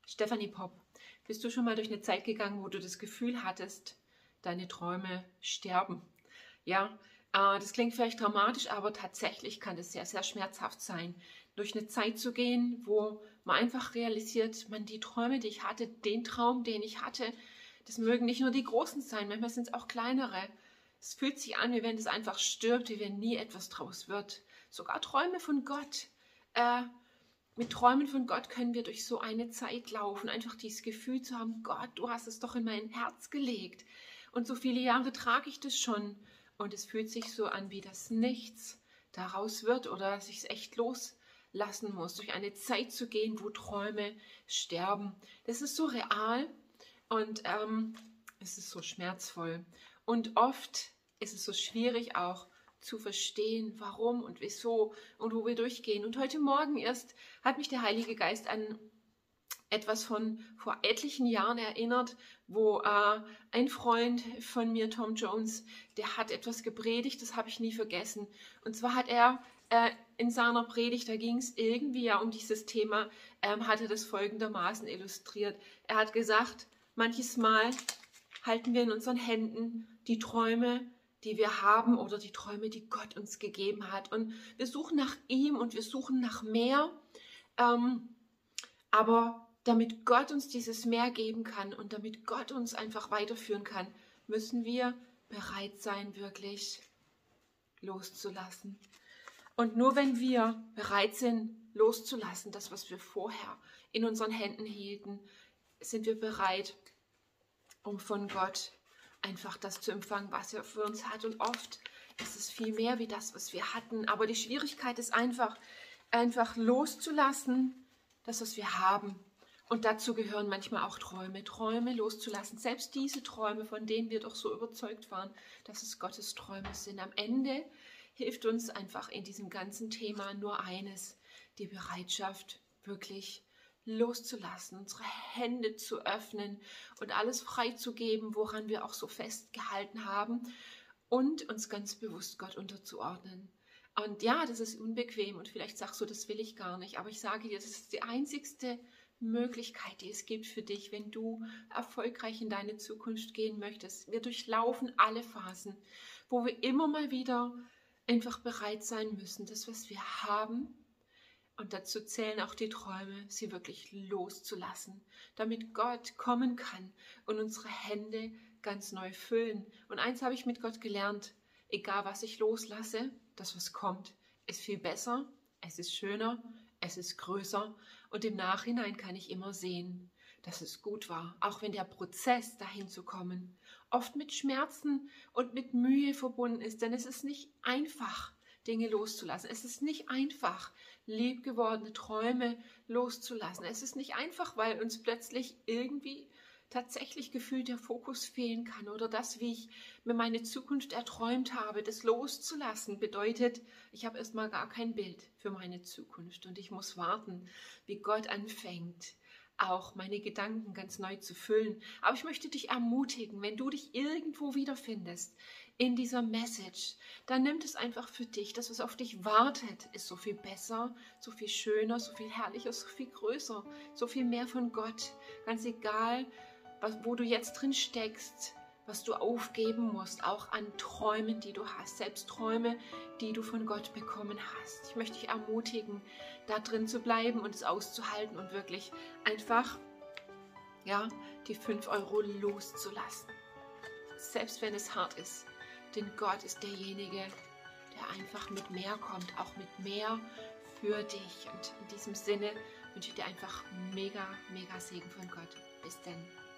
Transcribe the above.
Stefanie Popp, bist du schon mal durch eine Zeit gegangen, wo du das Gefühl hattest, deine Träume sterben? Ja, das klingt vielleicht dramatisch, aber tatsächlich kann das sehr, sehr schmerzhaft sein, durch eine Zeit zu gehen, wo man einfach realisiert, die Träume, die ich hatte, den Traum, den ich hatte, das mögen nicht nur die großen sein, manchmal sind es auch kleinere. Es fühlt sich an, wie wenn das einfach stirbt, wie wenn nie etwas draus wird. Sogar Träume von Gott. Mit Träumen von Gott können wir durch so eine Zeit laufen. Einfach dieses Gefühl zu haben, Gott, du hast es doch in mein Herz gelegt. Und so viele Jahre trage ich das schon. Und es fühlt sich so an, wie das nichts daraus wird oder dass ich es echt loslassen muss. Durch eine Zeit zu gehen, wo Träume sterben. Das ist so real und es ist so schmerzvoll. Und oft ist es so schwierig auch, zu verstehen, warum und wieso und wo wir durchgehen. Und heute Morgen erst hat mich der Heilige Geist an etwas von vor etlichen Jahren erinnert, wo ein Freund von mir, Tom Jones, der hat etwas gepredigt, das habe ich nie vergessen. Und zwar hat er in seiner Predigt, da ging es irgendwie ja um dieses Thema, hat er das folgendermaßen illustriert. Er hat gesagt, manches Mal halten wir in unseren Händen die Träume, die wir haben oder die Träume, die Gott uns gegeben hat. Und wir suchen nach ihm und wir suchen nach mehr. Aber damit Gott uns dieses Mehr geben kann und damit Gott uns einfach weiterführen kann, müssen wir bereit sein, wirklich loszulassen. Und nur wenn wir bereit sind, loszulassen, das, was wir vorher in unseren Händen hielten, sind wir bereit, um von Gott einfach das zu empfangen, was er für uns hat. Und oft ist es viel mehr wie das, was wir hatten. Aber die Schwierigkeit ist einfach loszulassen, das, was wir haben. Und dazu gehören manchmal auch Träume loszulassen. Selbst diese Träume, von denen wir doch so überzeugt waren, dass es Gottes Träume sind. Am Ende hilft uns einfach in diesem ganzen Thema nur eines, die Bereitschaft, wirklich loszulassen, unsere Hände zu öffnen und alles freizugeben, woran wir auch so festgehalten haben und uns ganz bewusst Gott unterzuordnen. Und ja, das ist unbequem und vielleicht sagst du, das will ich gar nicht, aber ich sage dir, das ist die einzigste Möglichkeit, die es gibt für dich, wenn du erfolgreich in deine Zukunft gehen möchtest. Wir durchlaufen alle Phasen, wo wir immer mal wieder einfach bereit sein müssen, das, was wir haben, und dazu zählen auch die Träume, sie wirklich loszulassen, damit Gott kommen kann und unsere Hände ganz neu füllen. Und eins habe ich mit Gott gelernt, egal was ich loslasse, das, was kommt, ist viel besser, es ist schöner, es ist größer und im Nachhinein kann ich immer sehen, dass es gut war, auch wenn der Prozess, dahin zu kommen, oft mit Schmerzen und mit Mühe verbunden ist, denn es ist nicht einfach, Dinge loszulassen. Es ist nicht einfach, liebgewordene Träume loszulassen. Es ist nicht einfach, weil uns plötzlich irgendwie tatsächlich gefühlt der Fokus fehlen kann oder das, wie ich mir meine Zukunft erträumt habe. Das loszulassen bedeutet, ich habe erstmal gar kein Bild für meine Zukunft und ich muss warten, wie Gott anfängt, auch meine Gedanken ganz neu zu füllen. Aber ich möchte dich ermutigen, wenn du dich irgendwo wiederfindest in dieser Message, dann nimm es einfach für dich. Das, was auf dich wartet, ist so viel besser, so viel schöner, so viel herrlicher, so viel größer, so viel mehr von Gott. Ganz egal, wo du jetzt drin steckst, was du aufgeben musst, auch an Träumen, die du hast, selbst Träume, die du von Gott bekommen hast. Ich möchte dich ermutigen, da drin zu bleiben und es auszuhalten und wirklich einfach, ja, die 5 € loszulassen. Selbst wenn es hart ist, denn Gott ist derjenige, der einfach mit mehr kommt, auch mit mehr für dich. Und in diesem Sinne wünsche ich dir einfach mega, mega Segen von Gott. Bis dann.